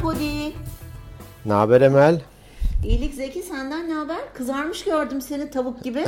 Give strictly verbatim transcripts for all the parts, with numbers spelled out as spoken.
Podi. Ne haber Emel? İyilik Zeki, senden ne haber? Kızarmış gördüm seni tavuk gibi.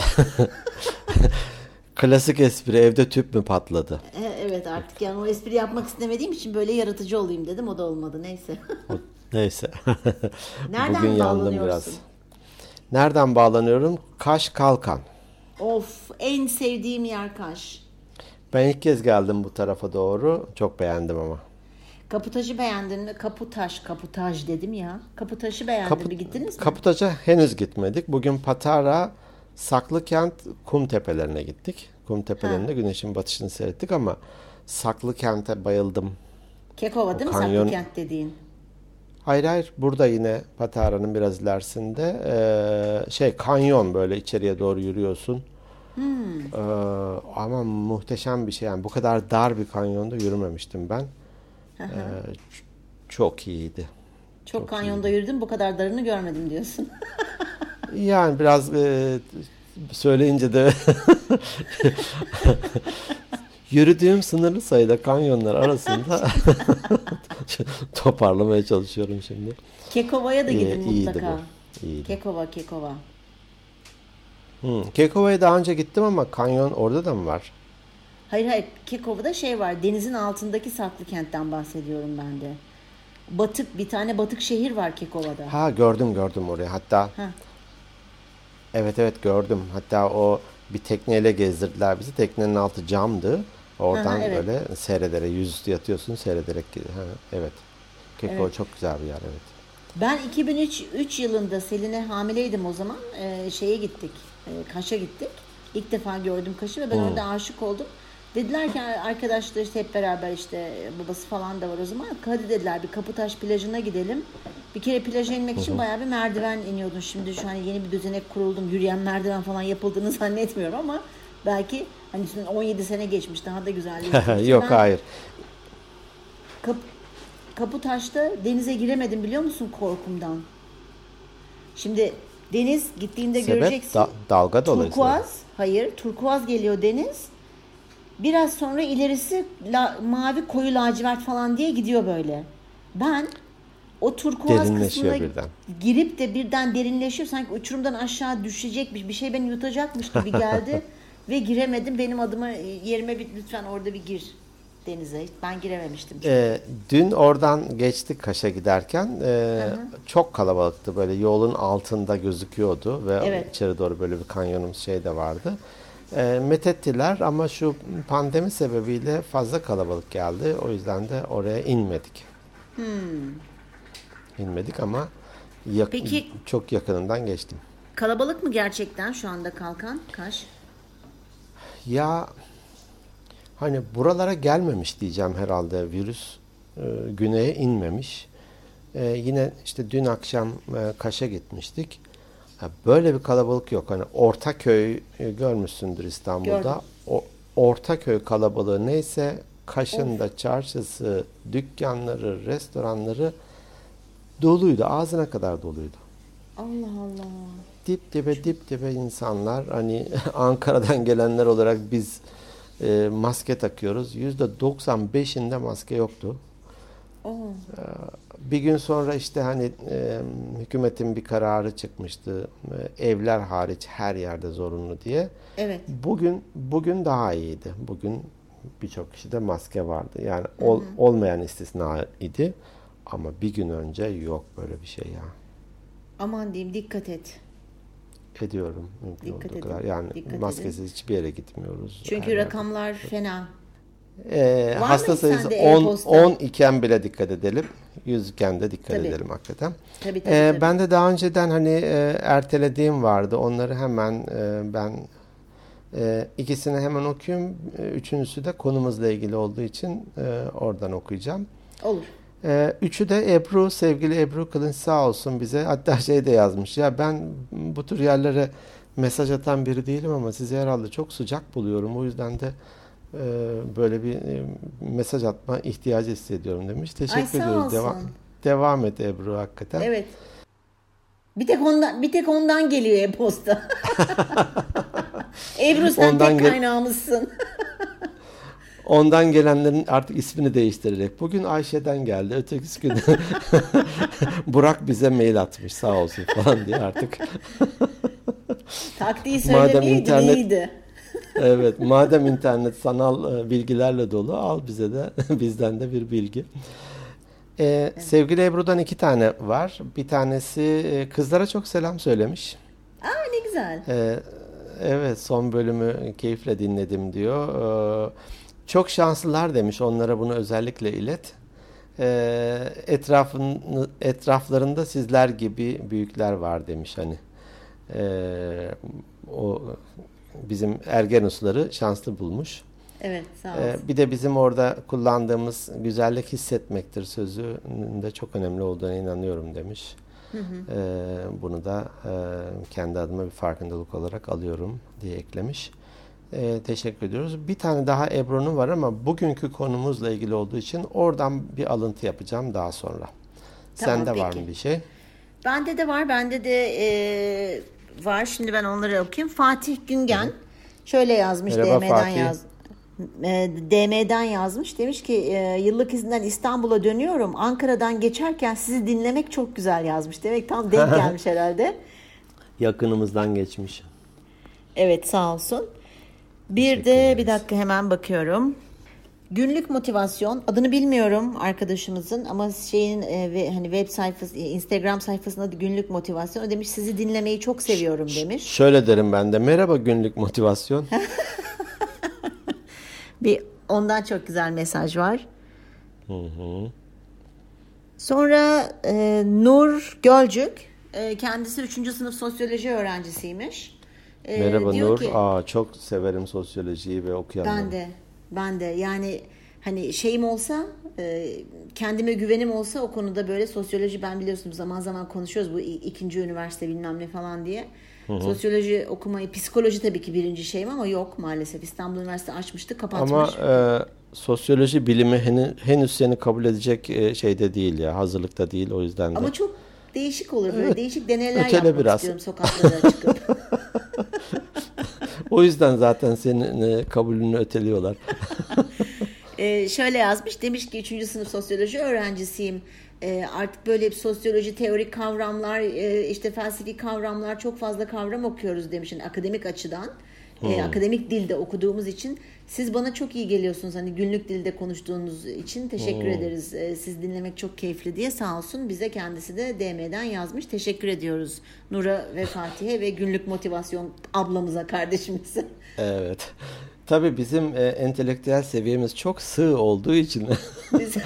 Klasik espri, evde tüp mü patladı? E, evet artık yani o espri yapmak istemediğim için böyle yaratıcı olayım dedim, o da olmadı, neyse. Neyse. Nereden Bugün yandım bağlanıyorsun? biraz. Nereden bağlanıyorum? Kaş Kalkan. Of, en sevdiğim yer Kaş. Ben ilk kez geldim bu tarafa doğru. Çok beğendim ama. Kaputajı beğendin mi? Kaputaş, kaputaj dedim ya. Kaputaşı beğendin Kapu- mi? Gittiniz mi? Kaputaş'a henüz gitmedik. Bugün Patara, Saklıkent, kum tepelerine gittik. Kum tepelerinde güneşin batışını seyrettik ama Saklıkent'e bayıldım. Kekova değil mi kanyon- Saklıkent dediğin? Hayır hayır, burada yine Patara'nın biraz ilerisinde eee, şey kanyon, böyle içeriye doğru yürüyorsun. Eee, ama muhteşem bir şey yani, bu kadar dar bir kanyonda yürümemiştim ben. Eee, ç- çok iyiydi. Çok, Çok kanyonda yürüdüm, bu kadar darını görmedim diyorsun. Yani biraz eee, söyleyince de yürüdüğüm sınırlı sayıda kanyonlar arasında toparlamaya çalışıyorum şimdi. Kekova'ya da İyi- gidin iyiydi mutlaka. bu, iyiydi. Kekova, Kekova. Hmm. Kekova'ya daha önce gittim ama kanyon orada da mı var? Hayır hayır, Kekova'da şey var, denizin altındaki Saklıkent'ten bahsediyorum ben de. Batık, bir tane batık şehir var Kekova'da. Ha, gördüm gördüm orayı. Hatta Ha. evet evet gördüm. Hatta o bir tekneyle gezdirdiler bizi. Teknenin altı camdı. Oradan Aha, evet. böyle seyrederek, yüzüstü yatıyorsun seyrederek. Ha, evet. Kekova Evet. çok güzel bir yer, evet. Ben iki bin üç üç yılında Selin'e hamileydim o zaman. Ee, şeye gittik, e, Kaş'a gittik. İlk defa gördüm Kaş'ı ve ben orada aşık oldum. Dediler ki arkadaşlar işte hep beraber, işte babası falan da var o zaman. Hadi dediler bir Kaputaş plajına gidelim. Bir kere plaja inmek için bayağı bir merdiven iniyordun. Şimdi şu an yeni bir düzenek kuruldum. Yürüyen merdiven falan yapıldığını zannetmiyorum ama belki hani üstünden on yedi sene geçmiş, daha da güzelleşmiş. Yok, Ben hayır. Kap Kaputaş'ta denize giremedim, biliyor musun, korkumdan. Şimdi deniz gittiğinde Sebep göreceksin. da- dalga dolayısıyla. Turkuaz, hayır turkuaz geliyor deniz. Biraz sonra ilerisi la- mavi koyu lacivert falan diye gidiyor böyle. Ben o turkuaz Derinleşiyor kısmına birden. girip de birden derinleşiyor. Sanki uçurumdan aşağı düşecekmiş, bir şey beni yutacakmış gibi geldi. Ve giremedim. Benim adıma yerime bir, lütfen orada bir gir denize. Ben girememiştim çünkü. Ee, dün oradan geçtik Kaş'a giderken. Ee, çok kalabalıktı, böyle yolun altında gözüküyordu ve Evet. içeri doğru böyle bir kanyonumuz şey de vardı. Ee, methettiler ama şu pandemi sebebiyle fazla kalabalık geldi. O yüzden de oraya inmedik. İnmedik ama yak- Peki- çok yakınından geçtim. Kalabalık mı gerçekten şu anda Kalkan, Kaş? Ya hani buralara gelmemiş diyeceğim herhalde virüs. Ee, güneye inmemiş. Ee, yine işte dün akşam e, Kaş'a gitmiştik. Ha, böyle bir kalabalık yok. Hani Ortaköy e, görmüşsündür İstanbul'da. Gördüm. O Ortaköy kalabalığı neyse, Kaş'ın da çarşısı, dükkanları, restoranları doluydu. Ağzına kadar doluydu. Allah Allah. Dip dibe dip dibe insanlar. Hani Ankara'dan gelenler olarak biz e, maske takıyoruz. yüzde doksan beşinde maske yoktu. Oo. Bir gün sonra işte hani e, hükümetin bir kararı çıkmıştı. E, evler hariç her yerde zorunlu diye. Evet. Bugün bugün daha iyiydi. Bugün birçok kişide maske vardı. Yani ol, olmayan istisna idi. Ama bir gün önce yok böyle bir şey ya. Aman diyeyim, dikkat et. Ediyorum mümkün Dikkat olduğu edin, kadar. Yani dikkat maskesiz hiçbir yere gitmiyoruz. Çünkü Her yerde. rakamlar fena. Ee, Var hasta mı sayısı sende on, e-posta? on iken bile dikkat edelim. yüz iken de dikkat Tabii. edelim hakikaten. Tabii tabii. Ee, tabii. ben de daha önceden hani e, ertelediğim vardı. Onları hemen e, ben e, ikisini hemen okuyayım. E, Üçüncüsü de konumuzla ilgili olduğu için e, oradan okuyacağım. Olur. Ee, üçü de Ebru, sevgili Ebru Kılınç sağ olsun bize. Hatta şey de yazmış. Ya ben bu tür yerlere mesaj atan biri değilim ama sizi herhalde çok sıcak buluyorum. O yüzden de e, böyle bir e, mesaj atma ihtiyacı hissediyorum demiş. Teşekkür Ay, sağ ediyoruz. olsun. Devam, devam et Ebru hakikaten. Evet. Bir tek ondan bir tek ondan geliyor e-posta. Ebru sen Ondan tek gel- kaynağımızsın. Ondan gelenlerin artık ismini değiştirerek. Bugün Ayşe'den geldi. Ötekisi gün Burak bize mail atmış sağ olsun falan diye artık. Taktiği söylemeydi internet, iyiydi. Evet, madem internet sanal bilgilerle dolu, al bize de bizden de bir bilgi. Ee, evet. Sevgili Ebru'dan iki tane var. Bir tanesi kızlara çok selam söylemiş. Aa, ne güzel. Ee, evet, son bölümü keyifle dinledim diyor. Ee, çok şanslılar demiş. Onlara bunu özellikle ilet. Ee, etrafın etraflarında sizler gibi büyükler var demiş hani. Ee, o bizim Ergenusları şanslı bulmuş. Evet, sağ olsun. Ee, bir de bizim orada kullandığımız güzellik hissetmektir sözünün de çok önemli olduğuna inanıyorum demiş. Hı hı. Ee, bunu da e, kendi adıma bir farkındalık olarak alıyorum diye eklemiş. Ee, teşekkür ediyoruz. Bir tane daha Ebru'nun var ama bugünkü konumuzla ilgili olduğu için oradan bir alıntı yapacağım daha sonra. Tamam, Sende peki. var mı bir şey? Bende de var. Bende de e, var. Şimdi ben onları okuyayım. Fatih Güngen evet. şöyle yazmış. Merhaba, D M'den Fatih. yaz. E, D M'den yazmış. Demiş ki e, yıllık izinden İstanbul'a dönüyorum. Ankara'dan geçerken sizi dinlemek çok güzel yazmış. Demek tam denk gelmiş herhalde. Yakınımızdan geçmiş. Evet, sağ olsun. Bir de bir dakika hemen bakıyorum. Günlük motivasyon, adını bilmiyorum arkadaşımızın ama şeyin e, ve hani web sayfası, Instagram sayfasında da günlük motivasyon. O demiş sizi dinlemeyi çok seviyorum demiş. Şöyle derim ben de, merhaba günlük motivasyon. Bir ondan çok güzel mesaj var. Hı hı. Sonra e, Nur Gölcük, e, kendisi üçüncü sınıf sosyoloji öğrencisiymiş. E, merhaba Nur, ki, Aa, çok severim sosyolojiyi ve okuyanları. Ben de. Ben de yani hani şeyim olsa e, kendime güvenim olsa o konuda böyle sosyoloji ben biliyorsunuz zaman zaman konuşuyoruz bu ikinci üniversite bilmem ne falan diye. Hı hı. Sosyoloji okumayı, psikoloji tabii ki birinci şeyim ama yok maalesef. İstanbul Üniversitesi açmıştı, kapatmış. Ama e, sosyoloji bilimi henüz, henüz seni kabul edecek şeyde değil ya, hazırlıkta değil o yüzden de. Ama çok değişik olur böyle evet. Değişik deneyler Ötele yapmak biraz. istiyorum sokaklara çıkıp. O yüzden zaten senin kabulünü öteliyorlar. ee, şöyle yazmış. Demiş ki üçüncü sınıf sosyoloji öğrencisiyim. Ee, artık böyle bir sosyoloji, teorik kavramlar, e, işte felsefi kavramlar çok fazla kavram okuyoruz demiş. Yani akademik açıdan. Hmm. E, akademik dilde okuduğumuz için siz bana çok iyi geliyorsunuz. Hani günlük dilde konuştuğunuz için teşekkür hmm. ederiz. E, siz dinlemek çok keyifli diye sağ olsun. Bize kendisi de D M'den yazmış. Teşekkür ediyoruz Nur'a ve Fatih'e ve günlük motivasyon ablamıza, kardeşimize. Evet. Tabii bizim e, entelektüel seviyemiz çok sığ olduğu için Biz...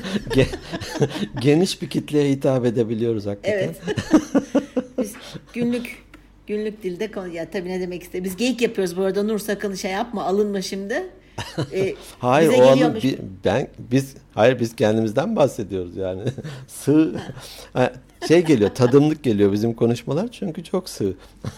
geniş bir kitleye hitap edebiliyoruz hakikaten. Evet. Biz günlük Günlük dilde ya tabii ne demek istedim. Biz geyik yapıyoruz bu arada. Nur sakın şey yapma, alınma şimdi. Ee, hayır o alın bi, ben biz hayır biz kendimizden bahsediyoruz yani. Sığ şey geliyor, tadımlık geliyor bizim konuşmalar çünkü çok sığ.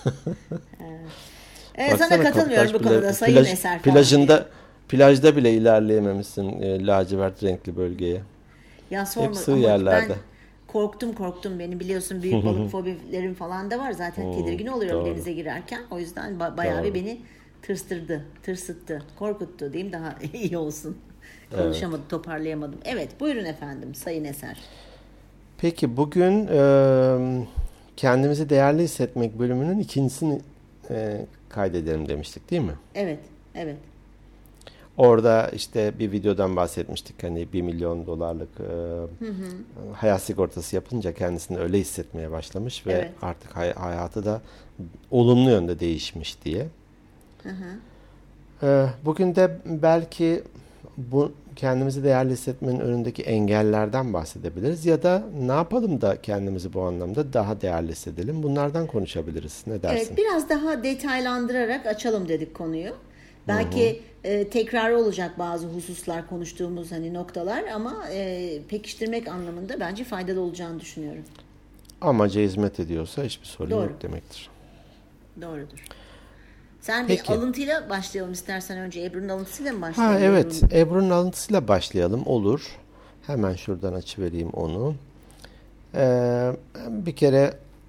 Evet, sana katılmıyorum bu konuda. Sayın plaj, Eser falan. Plajında plajda bile ilerleyememişsin e, lacivert renkli bölgeye. Ya sorma. Hep sığ yerlerde. Ben korktum korktum beni biliyorsun büyük balık fobilerim falan da var zaten tedirgin oluyorum doğru. Denize girerken o yüzden ba- bayağı doğru. Bir beni tırstırdı, tırsıttı, korkuttu diyeyim daha iyi olsun. Konuşamadım, evet. Toparlayamadım. Evet, buyurun efendim Sayın Eser. Peki bugün e, kendimizi değerli hissetmek bölümünün ikincisini e, kaydedelim demiştik değil mi? Evet, evet. Orada işte bir videodan bahsetmiştik hani bir milyon dolarlık e, hı hı. hayat sigortası yapınca kendisini öyle hissetmeye başlamış ve evet. artık hay- hayatı da olumlu yönde değişmiş diye. Hı hı. E, bugün de belki bu kendimizi değerli hissetmenin önündeki engellerden bahsedebiliriz ya da ne yapalım da kendimizi bu anlamda daha değerli hissedelim. Bunlardan konuşabiliriz. Ne dersin? Evet, biraz daha detaylandırarak açalım dedik konuyu. Belki e, tekrar olacak bazı hususlar konuştuğumuz hani noktalar ama e, pekiştirmek anlamında bence faydalı olacağını düşünüyorum. Amaca hizmet ediyorsa hiçbir sorun Doğru. yok demektir. Doğrudur. Sen Peki. bir alıntıyla başlayalım istersen önce. Ebru'nun alıntısıyla mı başlayalım? Ha, evet. Ebru'nun... Ebru'nun alıntısıyla başlayalım. Olur. Hemen şuradan açıvereyim onu. Ee, bir kere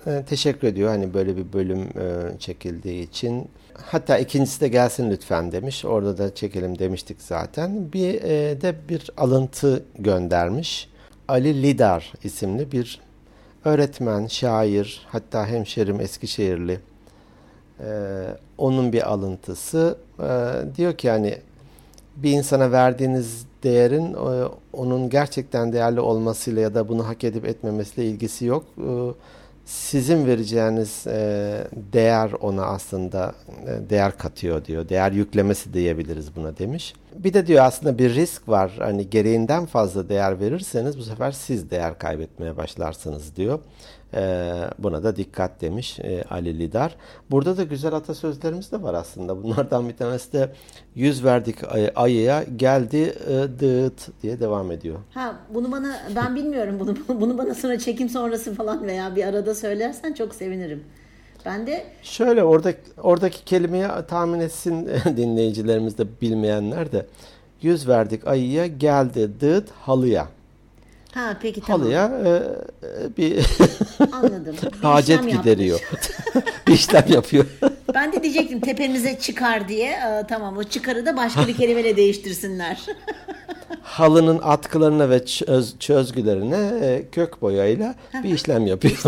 e, teşekkür ediyor hani böyle bir bölüm e, çekildiği için. Hatta ikincisi de gelsin lütfen demiş. Orada da çekelim demiştik zaten. Bir e, de bir alıntı göndermiş. Ali Lidar isimli bir öğretmen, şair, hatta hemşerim Eskişehirli. E, onun bir alıntısı. E, diyor ki hani bir insana verdiğiniz değerin e, onun gerçekten değerli olmasıyla ya da bunu hak edip etmemesiyle ilgisi yok. E, sizin vereceğiniz e, değer ona aslında e, değer katıyor diyor. Değer yüklemesi diyebiliriz buna demiş. Bir de diyor aslında bir risk var. Hani gereğinden fazla değer verirseniz bu sefer siz değer kaybetmeye başlarsınız diyor. E, buna da dikkat demiş e, Ali Lidar. Burada da güzel atasözlerimiz de var aslında. Bunlardan bir tanesi de yüz verdik ay- ayıya geldi e, dıt diye devam ediyor. Ha bunu bana ben bilmiyorum bunu bunu bana sonra çekim sonrası falan veya bir arada söylersen çok sevinirim. Ben de Şöyle oradaki, oradaki kelimeyi tahmin etsin dinleyicilerimiz de bilmeyenler de. Yüz verdik ayıya geldi dıt halıya. ha peki tamam. Halıya e, bir Anladım. Bir hacet işlem yapmış. gideriyor. Bir işlem yapıyor. Ben de diyecektim tepemize çıkar diye. Ee, tamam o çıkarı da başka bir kelimeyle değiştirsinler. Halının atkılarına ve çöz, çözgülerine e, kök boyayla bir işlem yapıyor.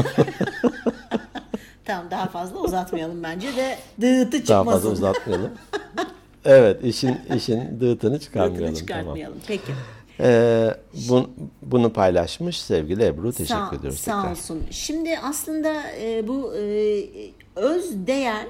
Tamam daha fazla uzatmayalım bence de dığıtı çıkmasın. Daha fazla uzatmayalım. Evet işin işin dığıtını çıkarmayalım. Dığıtını çıkartmayalım. Tamam. Peki. Ee, bu, bunu paylaşmış sevgili Ebru. Teşekkür Sağ, ediyoruz. Sağ tekrar. olsun. Şimdi aslında e, bu e, öz değer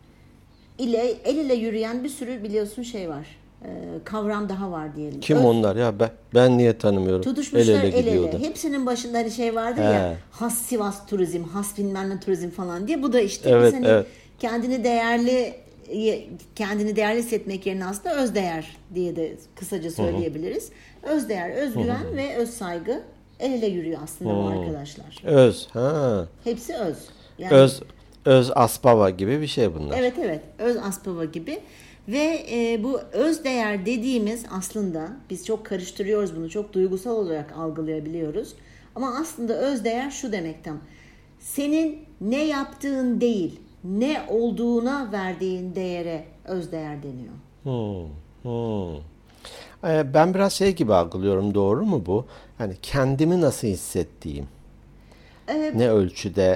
ile el ile yürüyen bir sürü biliyorsun şey var. E, kavram daha var diyelim. Kim öz, onlar ya ben ben niye tanımıyorum? Tutuşmuşlar el ele el gidiyordu. ele. Hepsinin başında hani şey vardır He. ya has Sivas turizm, has bilmem ne turizm falan diye. Bu da işte Evet, biz hani evet. kendini değerli kendini değerli hissetmek yerine aslında özdeğer diye de kısaca söyleyebiliriz. Özdeğer, özgüven ve öz saygı el ele yürüyor aslında bu arkadaşlar. Öz. Ha. Hepsi öz. Yani, Öz öz Aspava gibi bir şey bunlar. Evet evet. Öz Aspava gibi. Ve e, bu öz değer dediğimiz aslında biz çok karıştırıyoruz bunu. Çok duygusal olarak algılayabiliyoruz. Ama aslında öz değer şu demek tam. Senin ne yaptığın değil, ne olduğuna verdiğin değere öz değer deniyor. Hmm, hmm. Ee, ben biraz şey gibi algılıyorum. Doğru mu bu? Hani kendimi nasıl hissettiğim. Ee, Ne ölçüde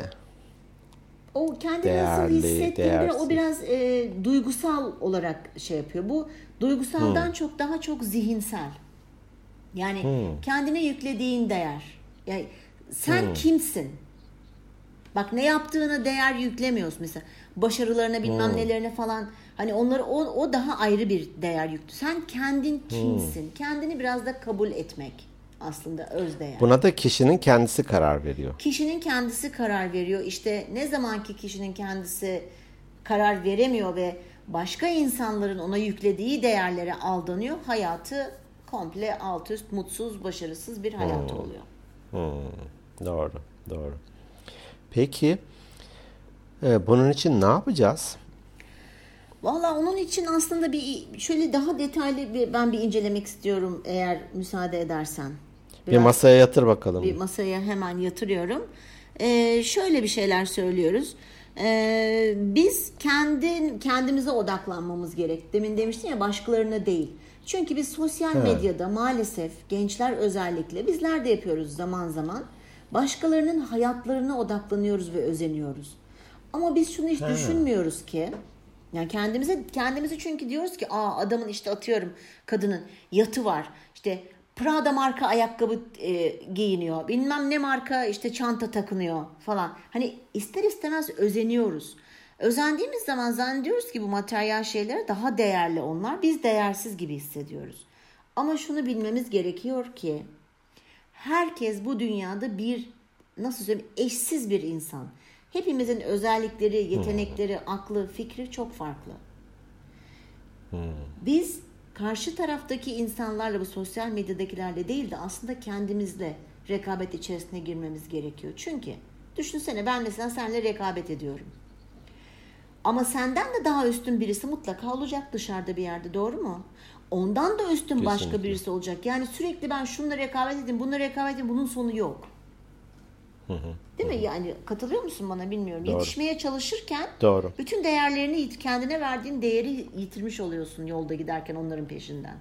O kendini değerli, nasıl hissettiğinde değersiz. o biraz e, duygusal olarak şey yapıyor. Bu duygusaldan Hmm. çok daha çok zihinsel. Yani Hmm. kendine yüklediğin değer. Yani sen Hmm. kimsin? Bak ne yaptığına değer yüklemiyorsun mesela. Başarılarına bilmem Hmm. nelerine falan. Hani onları o, o daha ayrı bir değer yüklü. Sen kendin kimsin? Hmm. Kendini biraz da kabul etmek aslında öz değer. Buna da kişinin kendisi karar veriyor. Kişinin kendisi karar veriyor. İşte ne zamanki kişinin kendisi karar veremiyor ve başka insanların ona yüklediği değerlere aldanıyor, hayatı komple alt üst, mutsuz, başarısız bir hayat Hmm. oluyor. Hmm. Doğru, doğru. Peki e, bunun için ne yapacağız? Valla onun için aslında bir şöyle daha detaylı bir ben bir incelemek istiyorum eğer müsaade edersen. Bir Biraz- masaya yatır bakalım. Bir masaya hemen yatırıyorum. Ee, şöyle bir şeyler söylüyoruz. Ee, biz kendi kendimize odaklanmamız gerek. Demin demiştin ya başkalarına değil. Çünkü biz sosyal He. medyada maalesef gençler özellikle bizler de yapıyoruz zaman zaman. Başkalarının hayatlarına odaklanıyoruz ve özeniyoruz. Ama biz şunu hiç He. düşünmüyoruz ki yani kendimize kendimizi çünkü diyoruz ki aa adamın işte atıyorum kadının yatı var. İşte Prada marka ayakkabı e, giyiniyor. Bilmem ne marka işte çanta takınıyor falan. Hani ister istemez özeniyoruz. Özendiğimiz zaman zannediyoruz ki bu materyal şeyler daha değerli onlar. Biz değersiz gibi hissediyoruz. Ama şunu bilmemiz gerekiyor ki herkes bu dünyada bir nasıl söyleyeyim eşsiz bir insan. Hepimizin özellikleri, yetenekleri, aklı, fikri çok farklı. Biz karşı taraftaki insanlarla bu sosyal medyadakilerle değil de aslında kendimizle rekabet içerisine girmemiz gerekiyor. Çünkü düşünsene ben mesela seninle rekabet ediyorum. Ama senden de daha üstün birisi mutlaka olacak dışarıda bir yerde, doğru mu? Ondan da üstün başka Kesinlikle. birisi olacak. Yani sürekli ben şununla rekabet edeyim, bununla rekabet edeyim, bunun sonu yok. Hı hı. Değil mi? Yani katılıyor musun bana bilmiyorum. Doğru. Yetişmeye çalışırken Doğru. bütün değerlerini, kendine verdiğin değeri yitirmiş oluyorsun yolda giderken onların peşinden.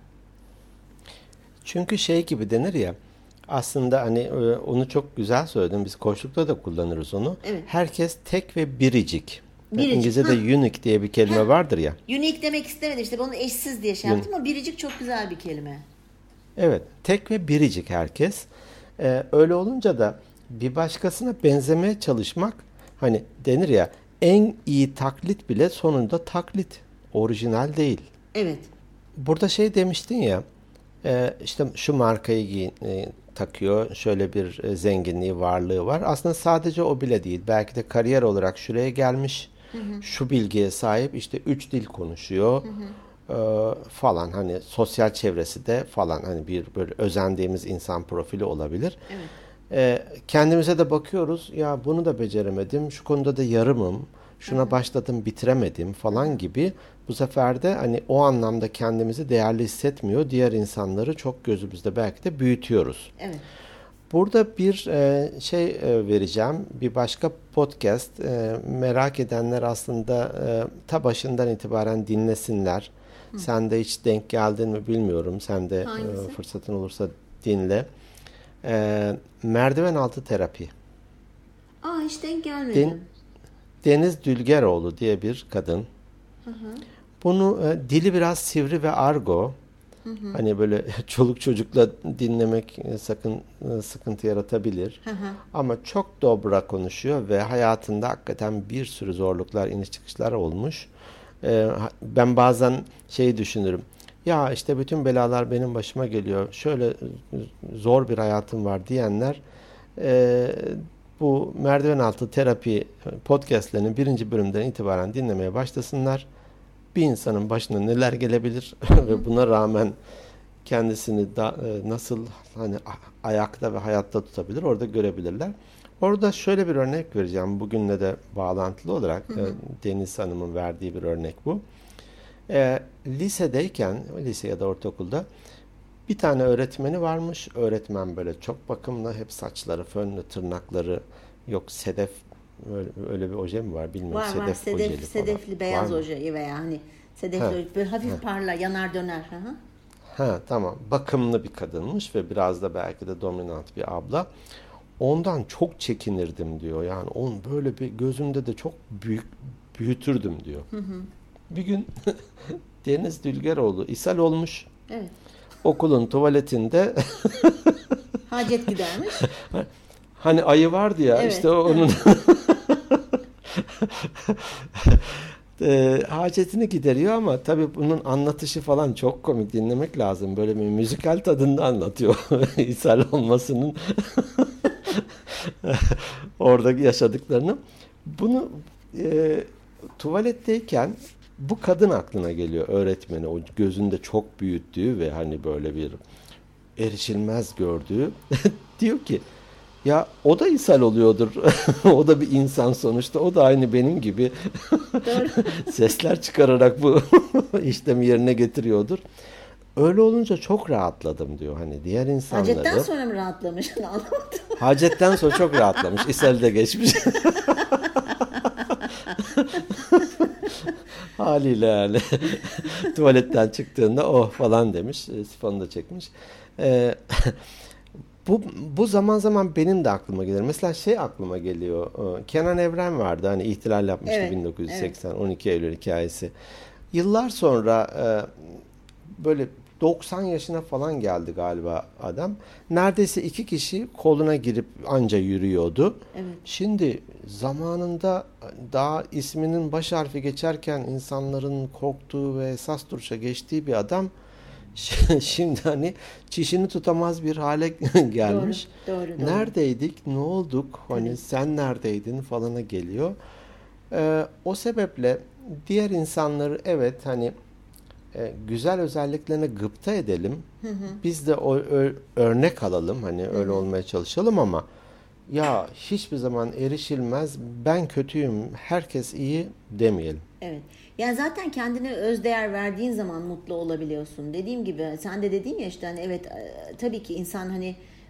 Çünkü şey gibi denir ya, aslında hani onu çok güzel söyledin. Biz koçlukta da kullanırız onu. Evet. Herkes tek ve biricik. Biricik. İngilizce'de Ha. unique diye bir kelime Ha. vardır ya. Unique demek istemedim işte. Bunu eşsiz diye şey yaptım ama biricik çok güzel bir kelime. Evet. Tek ve biricik herkes. Ee, öyle olunca da bir başkasına benzemeye çalışmak, hani denir ya, en iyi taklit bile sonunda taklit. Orijinal değil. Evet. Burada şey demiştin ya, e, işte şu markayı giy, e, takıyor, şöyle bir e, zenginliği, varlığı var. Aslında sadece o bile değil. Belki de kariyer olarak şuraya gelmiş, hı hı. şu bilgiye sahip, işte üç dil konuşuyor, hı hı. E, falan. Hani sosyal çevresi de falan, hani bir böyle özendiğimiz insan profili olabilir. Evet. E, kendimize de bakıyoruz, ya bunu da beceremedim, şu konuda da yarımım, şuna hı hı. başladım bitiremedim falan gibi. Bu sefer de hani o anlamda kendimizi değerli hissetmiyor. Diğer insanları çok gözümüzde belki de büyütüyoruz. Evet. Burada bir e, şey e, vereceğim. Bir başka podcast. E, merak edenler aslında e, ta başından itibaren dinlesinler. Hı. Sen de hiç denk geldin mi bilmiyorum. Sen de e, fırsatın olursa dinle. E, merdiven altı terapi. Aa, hiç denk gelmedim. Den, Deniz Dülgeroğlu diye bir kadın. Hı hı. Bunu e, dili biraz sivri ve argo. Hı hı. Hani böyle çoluk çocukla dinlemek e, sakın e, sıkıntı yaratabilir. Hı hı. Ama çok dobra konuşuyor ve hayatında hakikaten bir sürü zorluklar, iniş çıkışlar olmuş. E, ben bazen şeyi düşünürüm. Ya işte bütün belalar benim başıma geliyor. Şöyle zor bir hayatım var diyenler e, bu merdiven altı terapi podcastlerinin birinci bölümden itibaren dinlemeye başlasınlar. Bir insanın başına neler gelebilir ve buna rağmen kendisini da, e, nasıl hani ayakta ve hayatta tutabilir, orada görebilirler. Orada şöyle bir örnek vereceğim. Bugünle de bağlantılı olarak hı hı. E, Deniz Hanım'ın verdiği bir örnek bu. E, lisedeyken, lise ya da ortaokulda bir tane öğretmeni varmış. Öğretmen böyle çok bakımlı, hep saçları fönlü, tırnakları yok, sedef, öyle, öyle bir oje mi var bilmiyorum. Var sedef var, sedef, sedefli falan. beyaz oje veya hani sedefli böyle hafif ha. parlar, yanar döner. Hı hı. Ha, tamam. Bakımlı bir kadınmış ve biraz da belki de dominant bir abla. Ondan çok çekinirdim diyor. Yani onun böyle bir gözümde de çok büyük büyütürdüm diyor. Hı hı. Bir gün Deniz Dülgeroğlu ishal olmuş. Evet. Okulun tuvaletinde hacet gidermiş. Hani ayı vardı ya, evet. işte onun e, hacetini gideriyor ama tabii bunun anlatışı falan çok komik, dinlemek lazım. Böyle bir müzikal tadında anlatıyor ishal olmasının oradaki yaşadıklarını. Bunu e, tuvaletteyken bu kadın aklına geliyor, öğretmeni, o gözünde çok büyüttüğü ve hani böyle bir erişilmez gördüğü. Diyor ki ya o da ishal oluyordur. O da bir insan sonuçta. O da aynı benim gibi sesler çıkararak bu işlemi yerine getiriyordur. Öyle olunca çok rahatladım diyor. Hani diğer insanları. Hacetten sonra mı rahatlamış? Anlamadım. Hacetten sonra çok rahatlamış. İshal de geçmiş. Haliyle yani. Tuvaletten çıktığında oh falan demiş. Sifonu da çekmiş. Ee, bu, bu zaman zaman benim de aklıma gelir. Mesela şey aklıma geliyor. Kenan Evren vardı. Hani ihtilal yapmıştı, evet, bin dokuz yüz seksen. Evet. on iki Eylül hikayesi. Yıllar sonra e, böyle doksan yaşına falan geldi galiba adam. Neredeyse iki kişi koluna girip anca yürüyordu. Evet. Şimdi zamanında daha isminin baş harfi geçerken insanların korktuğu ve esas duruşa geçtiği bir adam şimdi hani çişini tutamaz bir hale gelmiş. Doğru, doğru, doğru. Neredeydik, ne olduk, hani evet. sen neredeydin falana geliyor. Ee, o sebeple diğer insanları evet hani e, güzel özelliklerine gıpta edelim. Hı hı. Biz de o ö, örnek alalım, hani hı hı. öyle olmaya çalışalım ama ya hiçbir zaman erişilmez, ben kötüyüm, herkes iyi demeyelim. Evet. Yani zaten kendine özdeğer verdiğin zaman mutlu olabiliyorsun. Dediğim gibi, sen de dedin ya işte hani evet tabii ki insan hani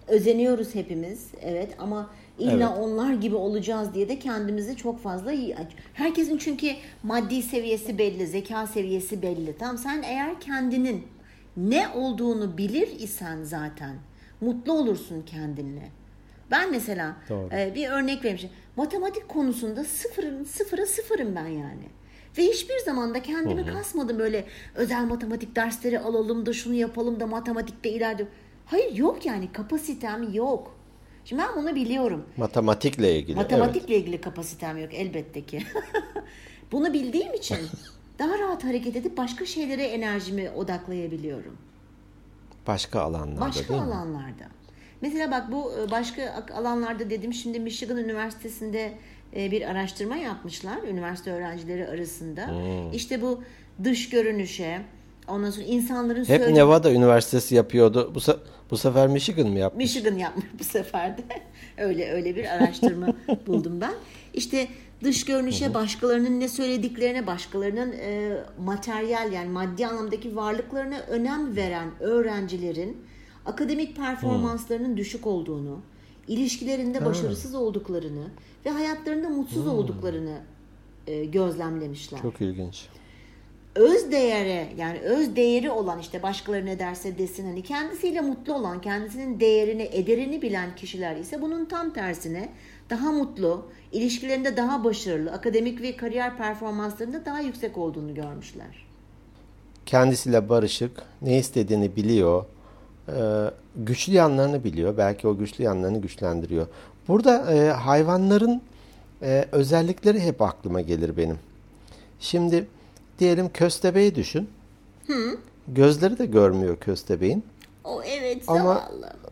Özeniyoruz hepimiz, evet, ama illa Evet. onlar gibi olacağız diye de kendimizi çok fazla iyi... Herkesin çünkü maddi seviyesi belli, zeka seviyesi belli. Tamam, sen eğer kendinin ne olduğunu bilir isen zaten mutlu olursun kendinle. Ben mesela e, bir örnek vereyim. Matematik konusunda sıfırın, sıfıra sıfırım ben yani. Ve hiçbir zaman da kendimi hı hı. kasmadım böyle özel matematik dersleri alalım da şunu yapalım da matematikte ileride. Hayır, yok yani, kapasitem yok. Şimdi ben bunu biliyorum. Matematikle ilgili. Matematikle evet. ilgili kapasitem yok elbette ki. Bunu bildiğim için daha rahat hareket edip başka şeylere enerjimi odaklayabiliyorum. Başka alanlarda Başka değil alanlarda. mi? Mesela bak, bu başka alanlarda dedim, şimdi Michigan Üniversitesi'nde bir araştırma yapmışlar üniversite öğrencileri arasında. Hmm. İşte bu dış görünüşe, ondan sonra insanların hep söylediği... Nevada Üniversitesi yapıyordu. Bu, se- bu sefer Michigan mı yapmış? Michigan yapmış bu sefer de. öyle öyle bir araştırma buldum ben. İşte dış görünüşe, başkalarının ne söylediklerine, başkalarının e, materyal, yani maddi anlamdaki varlıklarına önem veren öğrencilerin akademik performanslarının hmm. düşük olduğunu, ilişkilerinde ha. başarısız olduklarını ve hayatlarında mutsuz hmm. olduklarını e, gözlemlemişler. Çok ilginç. Öz değere, yani öz değeri olan, işte başkaları ne derse desin, hani kendisiyle mutlu olan, kendisinin değerini, ederini bilen kişiler ise bunun tam tersine daha mutlu, ilişkilerinde daha başarılı, akademik ve kariyer performanslarında daha yüksek olduğunu görmüşler. Kendisiyle barışık, ne istediğini biliyor, güçlü yanlarını biliyor, belki o güçlü yanlarını güçlendiriyor. Burada e, hayvanların e, özellikleri hep aklıma gelir benim. Şimdi diyelim köstebeği düşün. Hı. Gözleri de görmüyor köstebeğin. O evet, zavallı. Ama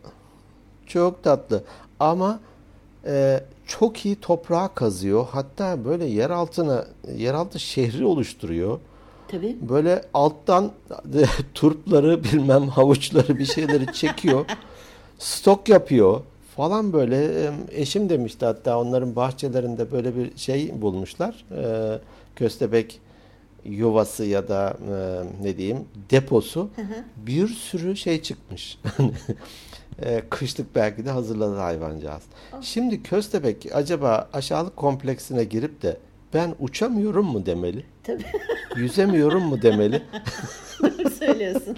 çok tatlı. Ama e, çok iyi toprağa kazıyor. Hatta böyle yer altına, yeraltı şehri oluşturuyor. Tabii. Böyle alttan turpları, bilmem havuçları, bir şeyleri çekiyor. Stok yapıyor falan böyle. Eşim demişti, hatta onların bahçelerinde böyle bir şey bulmuşlar. E, köstebek yuvası ya da e, ne diyeyim deposu. Hı hı. Bir sürü şey çıkmış. e, kışlık belki de hazırladı hayvancağız. Oh. Şimdi köstebek acaba aşağılık kompleksine girip de ben uçamıyorum mu demeli? Tabii. Yüzemiyorum mu demeli? Doğru söylüyorsun.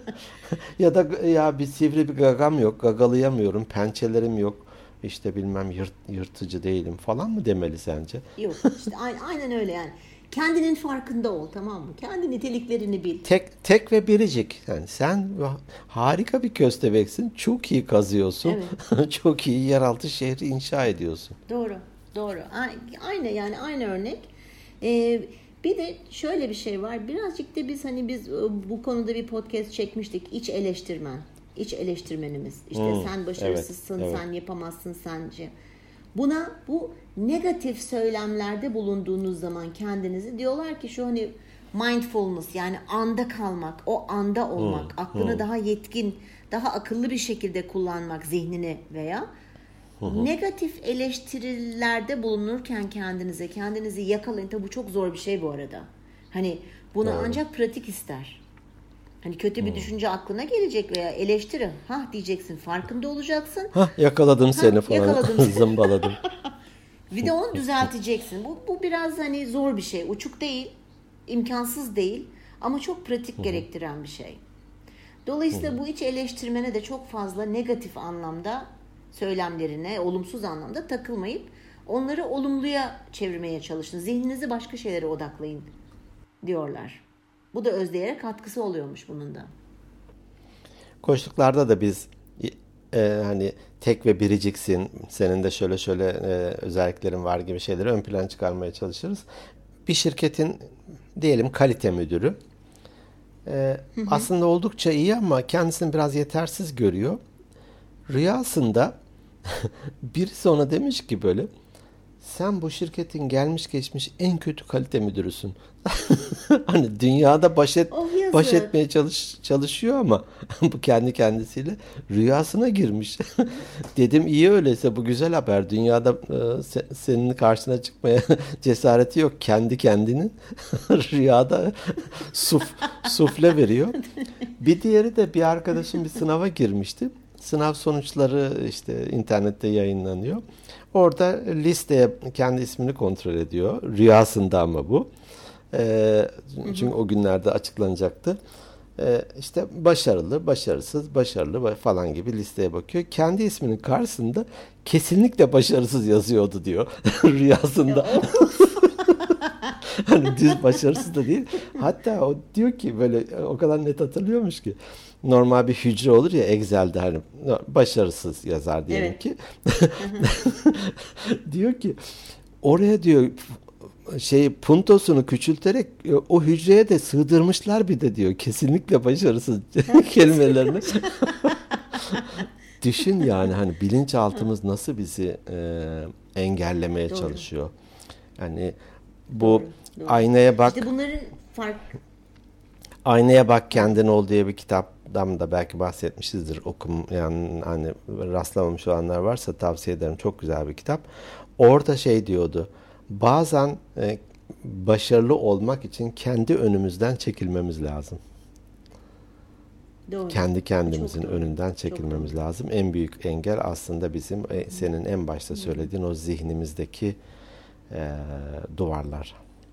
Ya da ya bir sivri bir gagam yok, gagalayamıyorum, pençelerim yok, işte bilmem yırt, yırtıcı değilim falan mı demeli sence? Yok işte aynen öyle yani. Kendinin farkında ol, tamam mı? Kendi niteliklerini bil. Tek tek ve biricik. Yani sen harika bir köstebeksin. Çok iyi kazıyorsun. Evet. Çok iyi yeraltı şehri inşa ediyorsun. Doğru. Doğru. Aynı yani aynı örnek. Ee, bir de şöyle bir şey var. Birazcık da biz hani biz bu konuda bir podcast çekmiştik. İç eleştirmen. İç eleştirmenimiz. İşte hmm, sen başarısızsın, evet, evet. sen yapamazsın sence. Buna bu negatif söylemlerde bulunduğunuz zaman kendinizi, diyorlar ki şu hani mindfulness, yani anda kalmak, o anda olmak, hmm, aklını hmm. daha yetkin, daha akıllı bir şekilde kullanmak zihnini veya hmm. negatif eleştirilerde bulunurken kendinize, kendinizi yakalayın. Tabi bu çok zor bir şey bu arada. Hani bunu hmm. ancak pratik ister. Hani kötü bir hmm. düşünce aklına gelecek veya eleştiri. Hah diyeceksin, farkında olacaksın. Hah yakaladım seni ha, falan. Yakaladım. Zımbaladım. Bir de onu düzelteceksin. Bu, bu biraz hani zor bir şey. Uçuk değil, imkansız değil ama çok pratik hmm. gerektiren bir şey. Dolayısıyla hmm. bu iç eleştirmene de çok fazla negatif anlamda söylemlerine, olumsuz anlamda takılmayıp onları olumluya çevirmeye çalışın. Zihninizi başka şeylere odaklayın diyorlar. Bu da özdeğere katkısı oluyormuş bunun da. Koçluklarda da biz e, hani tek ve biriciksin, senin de şöyle şöyle e, özelliklerin var gibi şeyleri ön plana çıkarmaya çalışırız. Bir şirketin diyelim kalite müdürü e, hı hı. aslında oldukça iyi ama kendisini biraz yetersiz görüyor. Rüyasında birisi ona demiş ki böyle, sen bu şirketin gelmiş geçmiş en kötü kalite müdürüsün. Hani dünyada baş, et, oh, baş etmeye çalış, çalışıyor ama bu kendi kendisiyle rüyasına girmiş. Dedim iyi öyleyse bu güzel haber. Dünyada e, se, senin karşına çıkmaya cesareti yok. Kendi kendinin rüyada suf, sufle veriyor. Bir diğeri de bir arkadaşım bir sınava girmişti. Sınav sonuçları işte internette yayınlanıyor. Orada listeye kendi ismini kontrol ediyor. Rüyasında ama bu. Ee, çünkü o günlerde açıklanacaktı. Ee, işte başarılı, başarısız, başarılı falan gibi listeye bakıyor. Kendi isminin karşısında kesinlikle başarısız yazıyordu diyor rüyasında. Hani düz başarısız da değil. Hatta o diyor ki böyle o kadar net hatırlıyormuş ki normal bir hücre olur ya Excel'de hani başarısız yazar diyelim evet. ki. Diyor ki oraya diyor şey puntosunu küçülterek o hücreye de sığdırmışlar bir de diyor. Kesinlikle başarısız kelimelerini. Düşün yani hani bilinçaltımız nasıl bizi e, engellemeye Doğru. çalışıyor. Yani bu Doğru. Doğru. Aynaya Bak. İşte bunların fark Aynaya Bak Kendin Ol diye bir kitaptan da belki bahsetmişizdir. Okum yani hani rastlamamış olanlar varsa tavsiye ederim. Çok güzel bir kitap. Orada şey diyordu. Bazen e, başarılı olmak için kendi önümüzden çekilmemiz lazım. Doğru. Kendi kendimizin önünden çekilmemiz lazım. En büyük engel aslında bizim e, senin en başta söylediğin o zihnimizdeki e, duvarlar.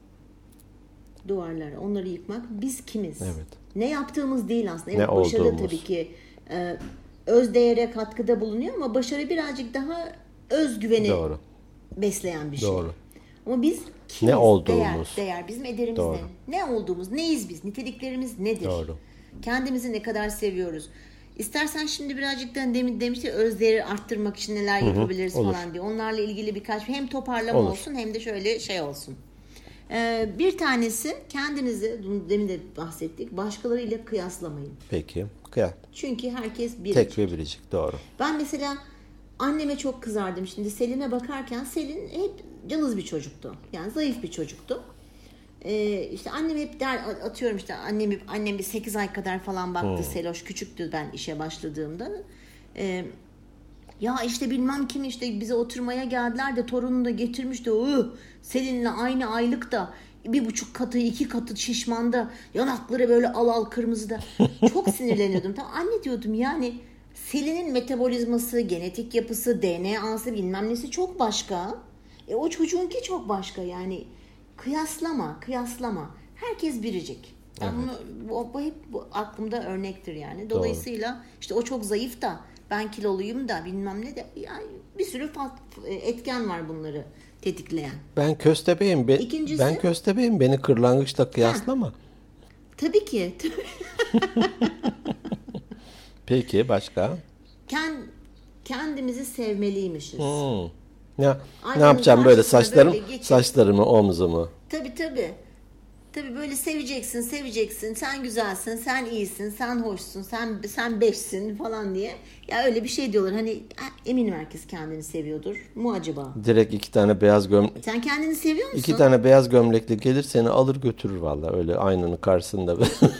Duvarlar. Onları yıkmak. Biz kimiz? Evet. Ne yaptığımız değil aslında. Evet, ne başarı olduğumuz. Tabii ki e, öz değere katkıda bulunuyor ama başarı birazcık daha özgüveni Doğru. besleyen bir şey. Doğru. Ama biz kimiz? Ne olduğumuz. Değer, değer. Bizim ederimiz Doğru. ne? Ne olduğumuz? Neyiz biz? Niteliklerimiz nedir? Doğru. Kendimizi ne kadar seviyoruz? İstersen şimdi birazcık da demin demişti öz değeri arttırmak için neler Hı hı, yapabiliriz olur. falan diye. Onlarla ilgili birkaç hem toparlama Olur. olsun hem de şöyle şey olsun. Ee, bir tanesi kendinizi demin de bahsettik başkalarıyla kıyaslamayın. Peki. Kıyas. Çünkü herkes biricik. Tek ve biricik. Doğru. Ben mesela anneme çok kızardım. Şimdi Selin'e bakarken Selin hep cılız bir çocuktu. Yani zayıf bir çocuktu. Ee, işte annem hep der atıyorum işte annem annem bir sekiz ay kadar falan baktı. Hmm. Seloş küçüktü ben işe başladığımda. Ee, ya işte bilmem kim işte bize oturmaya geldiler de torununu da getirmiş de uh, Selin'le aynı aylıkta bir buçuk katı iki katı şişmanda yanakları böyle al al kırmızıda. Çok sinirleniyordum. Tamam, anne diyordum yani Selin'in metabolizması, genetik yapısı, D N A'sı bilmem nesi çok başka. E, o çocuğunki çok başka yani. Kıyaslama, kıyaslama. Herkes biricik. Evet. Bunu, bu, bu hep bu aklımda örnektir yani. Dolayısıyla Doğru. işte o çok zayıf da ben kiloluyum da bilmem ne de yani bir sürü etken var bunları tetikleyen. Ben köstebeğim. Be, İkincisi, ben köstebeğim. Beni kırlangıçla kıyaslama. Ha, tabii ki. Peki başka? Kend, kendimizi sevmeliymişiz. Hmm. Ya, ne yapacağım böyle saçlarım böyle saçlarımı omzumu? Tabii tabii. Tabii böyle seveceksin, seveceksin. Sen güzelsin, sen iyisin, sen hoşsun, sen sen beşsin falan diye. Ya öyle bir şey diyorlar. Hani eminim herkes kendini seviyordur. Mu acaba? Direkt iki tane beyaz gömlek. Sen kendini seviyor musun? İki tane beyaz gömlekli gelir seni alır götürür vallahi öyle aynanın karşısında.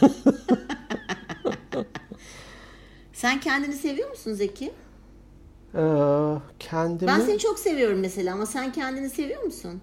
Sen kendini seviyor musun Zeki? Ee, kendimi... Ben seni çok seviyorum mesela ama sen kendini seviyor musun?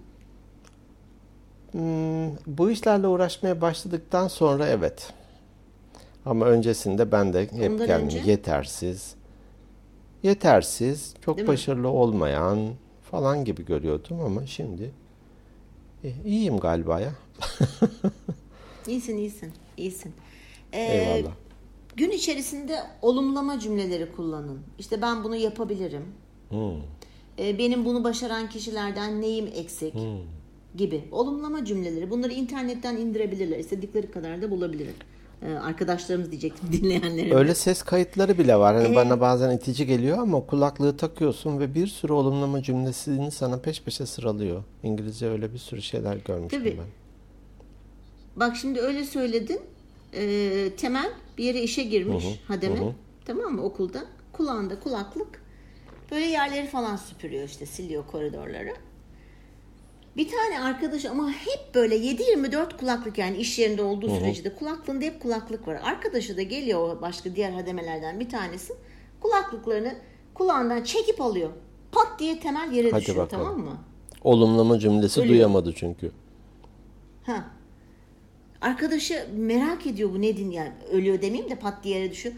Hmm, bu işlerle uğraşmaya başladıktan sonra evet. Ama öncesinde ben de hep Ondan kendimi önce? yetersiz, yetersiz, çok Değil başarılı mi? olmayan falan gibi görüyordum ama şimdi e, iyiyim galiba ya. İyisin, iyisin, iyisin. Ee, Eyvallah. Gün içerisinde olumlama cümleleri kullanın. İşte ben bunu yapabilirim. Hmm. Ee, benim bunu başaran kişilerden neyim eksik? Hmm. Gibi olumlama cümleleri. Bunları internetten indirebilirler. İstedikleri kadar da bulabilir. Ee, arkadaşlarımız diyecektim dinleyenlerime. Öyle ses kayıtları bile var. Hani ee, bana bazen itici geliyor ama kulaklığı takıyorsun ve bir sürü olumlama cümlesini sana peş peşe sıralıyor. İngilizce öyle bir sürü şeyler görmüştüm tabii. ben. Bak şimdi öyle söyledin. Ee, Temel bir yere işe girmiş. Hı hı, Hademe. hı. Tamam mı? Okulda. Kulağında kulaklık. Böyle yerleri falan süpürüyor işte. Siliyor koridorları. Bir tane arkadaş ama hep böyle yedi yirmi dört kulaklık yani iş yerinde olduğu hı hı. sürece de kulaklığında hep kulaklık var. Arkadaşı da geliyor başka diğer hademelerden bir tanesi. Kulaklıklarını kulağından çekip alıyor. Pat diye Temel yere Hadi düşüyor bakalım. tamam mı? Olumlama cümlesi Ölüyor. duyamadı çünkü. Ha. Arkadaşı merak ediyor bu ne din yani ölüyor demeyeyim de pat diye yere düşüyor.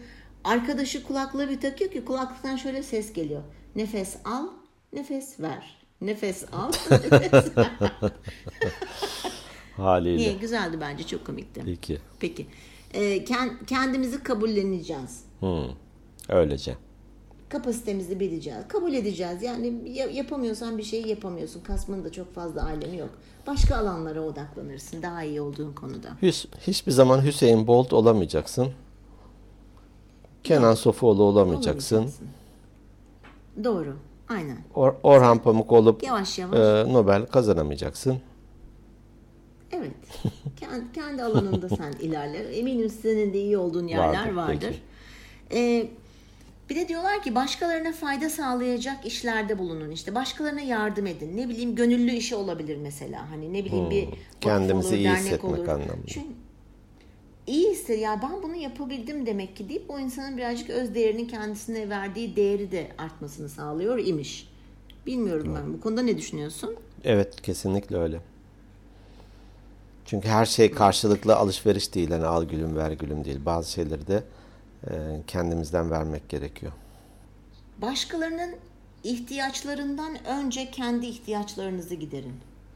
Arkadaşı kulaklığı bir takıyor ki kulaklıktan şöyle ses geliyor. Nefes al, nefes ver. Nefes al, nefes ver. Haliyle. İyi, güzeldi bence, çok komikti. Peki. Peki. Ee, kendimizi kabulleneceğiz. Hmm. Öylece. Kapasitemizi bileceğiz. Kabul edeceğiz. Yani yapamıyorsan bir şeyi yapamıyorsun. Kasmanın da çok fazla alemi yok. Başka alanlara odaklanırsın. Daha iyi olduğun konuda. Hiç, hiçbir zaman Hüseyin Bolt olamayacaksın. Kenan Yok. Sofuoğlu olamayacaksın. olamayacaksın. Doğru. Aynen. Or, Orhan Pamuk olup yavaş yavaş. E, Nobel kazanamayacaksın. Evet. kendi, kendi alanında sen ilerle. Eminim senin de iyi olduğun yerler vardır. vardır. Ee, bir de diyorlar ki başkalarına fayda sağlayacak işlerde bulunun. İşte başkalarına yardım edin. Ne bileyim, gönüllü işi olabilir mesela. Hani ne bileyim hmm. bir kendimizi olur, iyi dernek hissetmek olur. anlamında. Çünkü iyi hisset ya, ben bunu yapabildim demek ki deyip o insanın birazcık öz değerinin kendisine verdiği değeri de artmasını sağlıyor imiş. Bilmiyorum hmm. ben. Bu konuda ne düşünüyorsun? Evet, kesinlikle öyle. Çünkü her şey karşılıklı alışveriş değil. Yani al gülüm ver gülüm değil. Bazı şeyleri de e, kendimizden vermek gerekiyor. Başkalarının ihtiyaçlarından önce kendi ihtiyaçlarınızı giderin.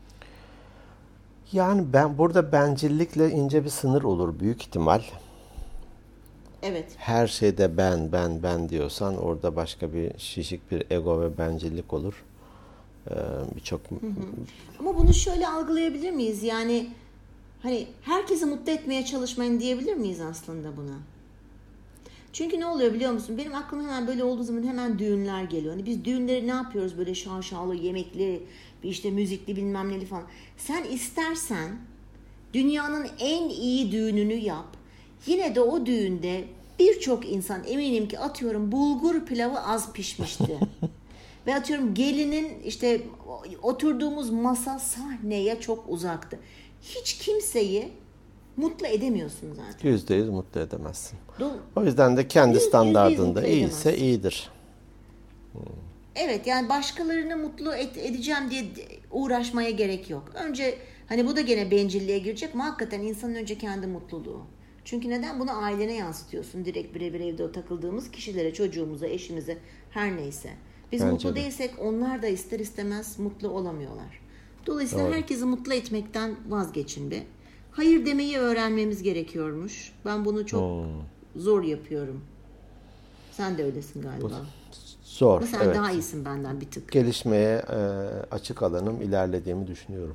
Yani ben burada bencillikle ince bir sınır olur büyük ihtimal. Evet. Her şeyde ben ben ben diyorsan orada başka bir şişik bir ego ve bencillik olur. Ee, Birçok. Ama bunu şöyle algılayabilir miyiz? Yani hani herkesi mutlu etmeye çalışmayın diyebilir miyiz aslında buna? Çünkü ne oluyor biliyor musun? Benim aklıma hemen böyle olduğu zaman hemen düğünler geliyor. Hani biz düğünleri ne yapıyoruz? Böyle şaşalı, yemekli, işte müzikli bilmem neli falan. Sen istersen dünyanın en iyi düğününü yap. Yine de o düğünde birçok insan, eminim ki atıyorum bulgur pilavı az pişmişti. Ve atıyorum gelinin işte oturduğumuz masa sahneye çok uzaktı. Hiç kimseyi mutlu edemiyorsun zaten. Yüzde yüz mutlu edemezsin. Do- o yüzden de kendi yüz, standardında yüz iyiyse iyidir. Hmm. Evet, yani başkalarını mutlu et, edeceğim diye uğraşmaya gerek yok. Önce hani bu da gene bencilliğe girecek ama hakikaten insanın önce kendi mutluluğu. Çünkü neden? Bunu ailene yansıtıyorsun. Direkt birebir evde o takıldığımız kişilere, çocuğumuza, eşimize, her neyse. Biz Bence mutlu de. değilsek onlar da ister istemez mutlu olamıyorlar. Dolayısıyla Doğru. herkesi mutlu etmekten vazgeçin be. Hayır demeyi öğrenmemiz gerekiyormuş. Ben bunu çok hmm. zor yapıyorum. Sen de öylesin galiba. Zor. Ama sen evet. daha iyisin benden bir tık. Gelişmeye e, açık alanım, ilerlediğimi düşünüyorum.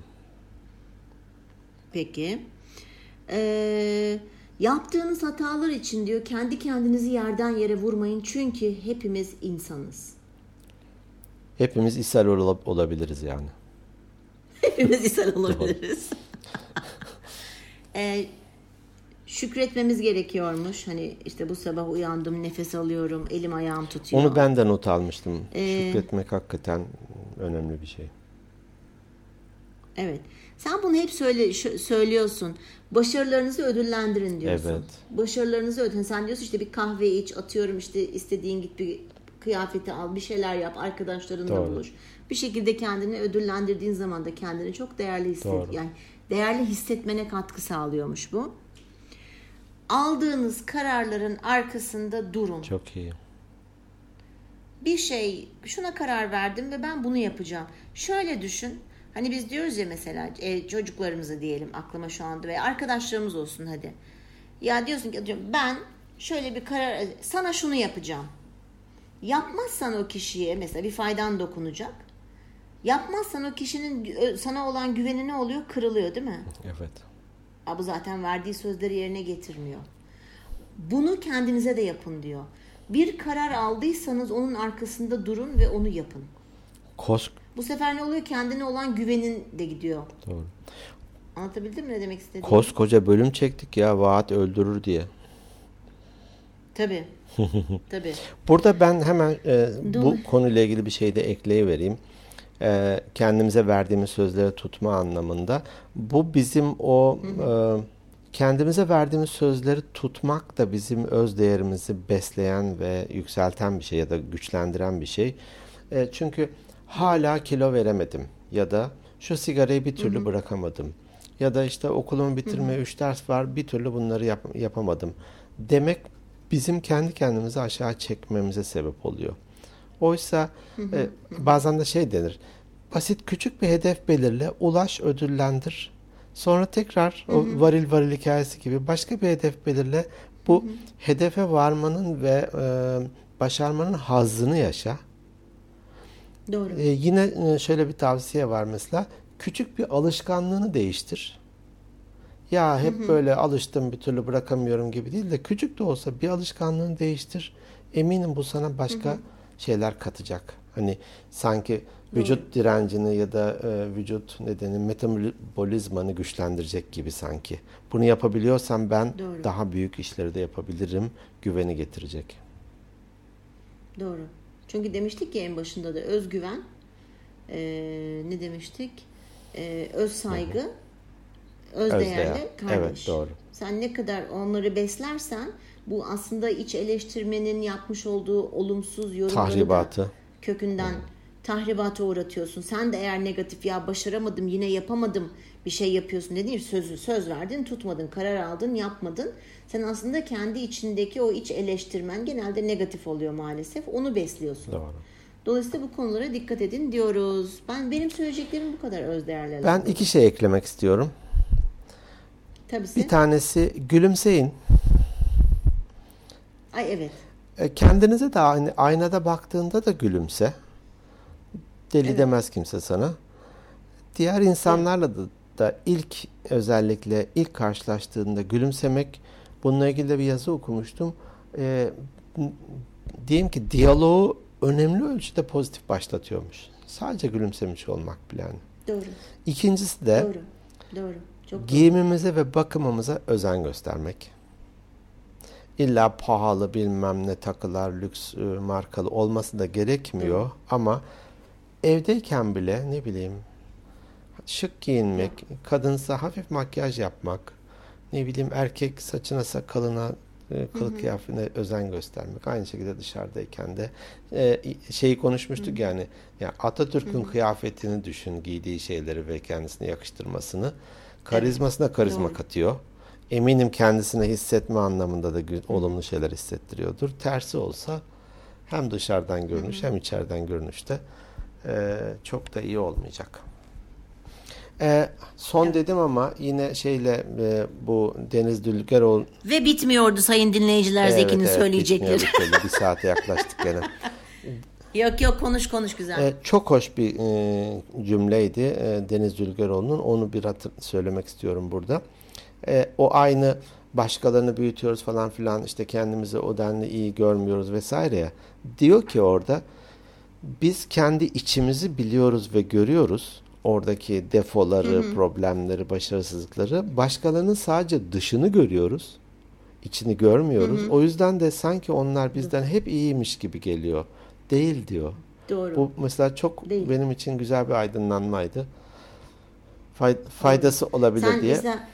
Peki. Ee, yaptığınız hatalar için diyor kendi kendinizi yerden yere vurmayın. Çünkü hepimiz insanız. Hepimiz ishal ol- olabiliriz yani. Hepimiz ishal olabiliriz. ee, şükretmemiz gerekiyormuş. Hani işte bu sabah uyandım, nefes alıyorum, elim ayağım tutuyor. Onu ben de not almıştım. Ee, Şükretmek hakikaten önemli bir şey. Evet. Sen bunu hep söyle, söylüyorsun. Başarılarınızı ödüllendirin diyorsun. Evet. Başarılarınızı ödüllendirin. Sen diyorsun işte bir kahve iç, atıyorum işte istediğin git bir kıyafeti al, bir şeyler yap, arkadaşlarınla buluş. Bir şekilde kendini ödüllendirdiğin zaman da kendini çok değerli hisset. Yani değerli hissetmene katkı sağlıyormuş bu. Aldığınız kararların arkasında durun. Çok iyi. Bir şey, şuna karar verdim ve ben bunu yapacağım. Şöyle düşün. Hani biz diyoruz ya mesela e, çocuklarımızı diyelim, aklıma şu anda veya arkadaşlarımız olsun hadi. Ya diyorsun ki ben şöyle bir karar, sana şunu yapacağım. Yapmazsan o kişiye mesela bir faydan dokunacak. Yapmazsan o kişinin sana olan güveni ne oluyor? Kırılıyor değil mi? Evet. Bu zaten verdiği sözleri yerine getirmiyor. Bunu kendinize de yapın diyor. Bir karar aldıysanız onun arkasında durun ve onu yapın. Kos Bu sefer ne oluyor? Kendine olan güvenin de gidiyor. Doğru. Anlatabildim mi ne demek istediğimi? Koskoca bölüm çektik ya, vaat öldürür diye. Tabii. Tabii. Burada ben hemen e, bu konuyla ilgili bir şey de ekleyivereyim. E, kendimize verdiğimiz sözleri tutma anlamında. Bu bizim o e, kendimize verdiğimiz sözleri tutmak da bizim öz değerimizi besleyen ve yükselten bir şey ya da güçlendiren bir şey. E, çünkü hala kilo veremedim ya da şu sigarayı bir türlü hı hı. bırakamadım ya da işte okulumu bitirmeye üç ders var bir türlü bunları yap- yapamadım demek bizim kendi kendimizi aşağı çekmemize sebep oluyor. Oysa hı hı. E, bazen de şey denir. Basit küçük bir hedef belirle, ulaş, ödüllendir. Sonra tekrar hı hı. o varil varil hikayesi gibi başka bir hedef belirle. Bu hı hı. hedefe varmanın ve e, başarmanın hazzını yaşa. Doğru. E, yine şöyle bir tavsiye var mesela. Küçük bir alışkanlığını değiştir. Ya hep hı hı. böyle alıştım bir türlü bırakamıyorum gibi değil de küçük de olsa bir alışkanlığını değiştir. Eminim bu sana başka hı hı. şeyler katacak. Hani sanki vücut Doğru. direncini ya da e, vücut nedeni metabolizmanı güçlendirecek gibi sanki. Bunu yapabiliyorsam ben Doğru. daha büyük işleri de yapabilirim. Güveni getirecek. Doğru. Çünkü demiştik ki en başında da özgüven, e, ne demiştik? E, öz saygı, hı hı. özdeğerle kardeş. Evet, doğru. Sen ne kadar onları beslersen bu aslında iç eleştirmenin yapmış olduğu olumsuz yorumları tahribatı. da kökünden hı. tahribata uğratıyorsun. Sen de eğer negatif ya başaramadım, yine yapamadım bir şey yapıyorsun dedin, sözü söz verdin, tutmadın, karar aldın, yapmadın. Sen aslında kendi içindeki o iç eleştirmen genelde negatif oluyor maalesef. Onu besliyorsun. Doğru. Dolayısıyla bu konulara dikkat edin diyoruz. Ben benim söyleyeceklerim bu kadar özdeğerli. Ben iki şey eklemek istiyorum. Tabii sen. Bir tanesi gülümseyin. Ay evet. Kendinize de aynı aynada baktığında da gülümse. Deli evet. demez kimse sana. Diğer insanlarla evet. da, da ilk özellikle ilk karşılaştığında gülümsemek, bununla ilgili de bir yazı okumuştum. Ee, diyeyim ki diyaloğu önemli ölçüde pozitif başlatıyormuş. Sadece gülümsemiş olmak bile yani. Doğru. İkincisi de doğru. Doğru. Çok giyimimize doğru. ve bakımımıza özen göstermek. İlla pahalı bilmem ne takılar, lüks markalı olması da gerekmiyor. Doğru. Ama evdeyken bile ne bileyim şık giyinmek, ya. kadınsa hafif makyaj yapmak, ne bileyim erkek saçına sakalına, kılık kıyafetine özen göstermek. Aynı şekilde dışarıdayken de e, şeyi konuşmuştuk Hı-hı. yani. yani Atatürk'ün Hı-hı. kıyafetini düşün, giydiği şeyleri ve kendisine yakıştırmasını. Karizmasına evet. karizma Doğru. katıyor. Eminim kendisine hissetme anlamında da Hı-hı. olumlu şeyler hissettiriyordur. Tersi olsa hem dışarıdan görünüş Hı-hı. hem içeriden görünüşte e, çok da iyi olmayacak. E, son evet. dedim ama yine şeyle e, bu Deniz Dülgeroğlu ve bitmiyordu sayın dinleyiciler evet, Zeki'nin evet, söyleyecekleri. Bitmiyor, bir saate yaklaştık gene. Yok yok konuş konuş güzel. E, çok hoş bir e, cümleydi e, Deniz Dülgeroğlu'nun. Onu bir hatır söylemek istiyorum burada. E, o aynı başkalarını büyütüyoruz falan filan işte kendimizi o denli iyi görmüyoruz vesaire ya. Diyor ki orada biz kendi içimizi biliyoruz ve görüyoruz. Oradaki defoları, hı hı. problemleri, başarısızlıkları. Başkalarının sadece dışını görüyoruz. İçini görmüyoruz. Hı hı. O yüzden de sanki onlar bizden hep iyiymiş gibi geliyor. Değil diyor. Doğru. Bu mesela çok Değil. benim için güzel bir aydınlanmaydı. Faydası Doğru. olabilir Sen diye. Mesela,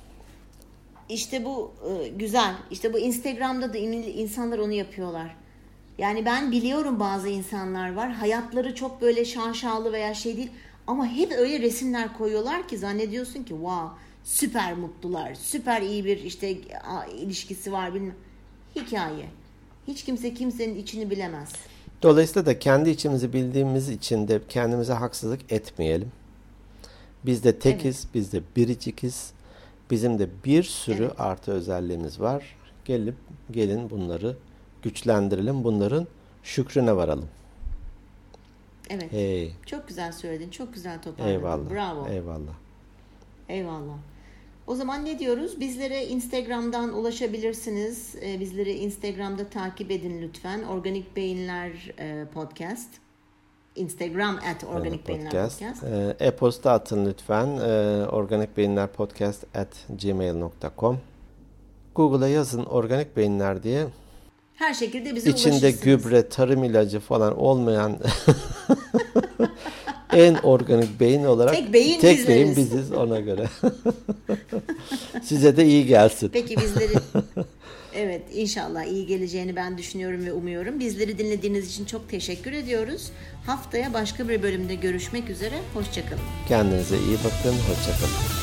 işte bu e, güzel. İşte bu Instagram'da da insanlar onu yapıyorlar. Yani ben biliyorum bazı insanlar var. Hayatları çok böyle şaşalı veya şey değil. Ama hep öyle resimler koyuyorlar ki zannediyorsun ki wow, süper mutlular, süper iyi bir işte ilişkisi var bilmem. Hikaye. Hiç kimse kimsenin içini bilemez. Dolayısıyla da kendi içimizi bildiğimiz için de kendimize haksızlık etmeyelim. Biz de tekiz, evet. biz de biricikiz. Bizim de bir sürü evet. artı özelliğimiz var. Gelip gelin bunları güçlendirelim, bunların şükrüne varalım. Evet. Hey. Çok güzel söyledin. Çok güzel toparladın. Eyvallah. Bravo. Eyvallah. Eyvallah. O zaman ne diyoruz? Bizlere Instagram'dan ulaşabilirsiniz. Ee, bizleri Instagram'da takip edin lütfen. Organik Beyinler e, Podcast. Instagram at Organik Beyinler Podcast. podcast. E, e-posta atın lütfen. E, Organik Beyinler Podcast at gmail nokta com. Google'a yazın Organik Beyinler diye. Her şekilde bize İçinde ulaşırsınız. gübre, tarım ilacı falan olmayan en organik beyin olarak tek beyin, tek beyin biziz ona göre. Size de iyi gelsin. Peki bizleri evet inşallah iyi geleceğini ben düşünüyorum ve umuyorum. Bizleri dinlediğiniz için çok teşekkür ediyoruz. Haftaya başka bir bölümde görüşmek üzere. Hoşça kalın. Kendinize iyi bakın. Hoşça kalın.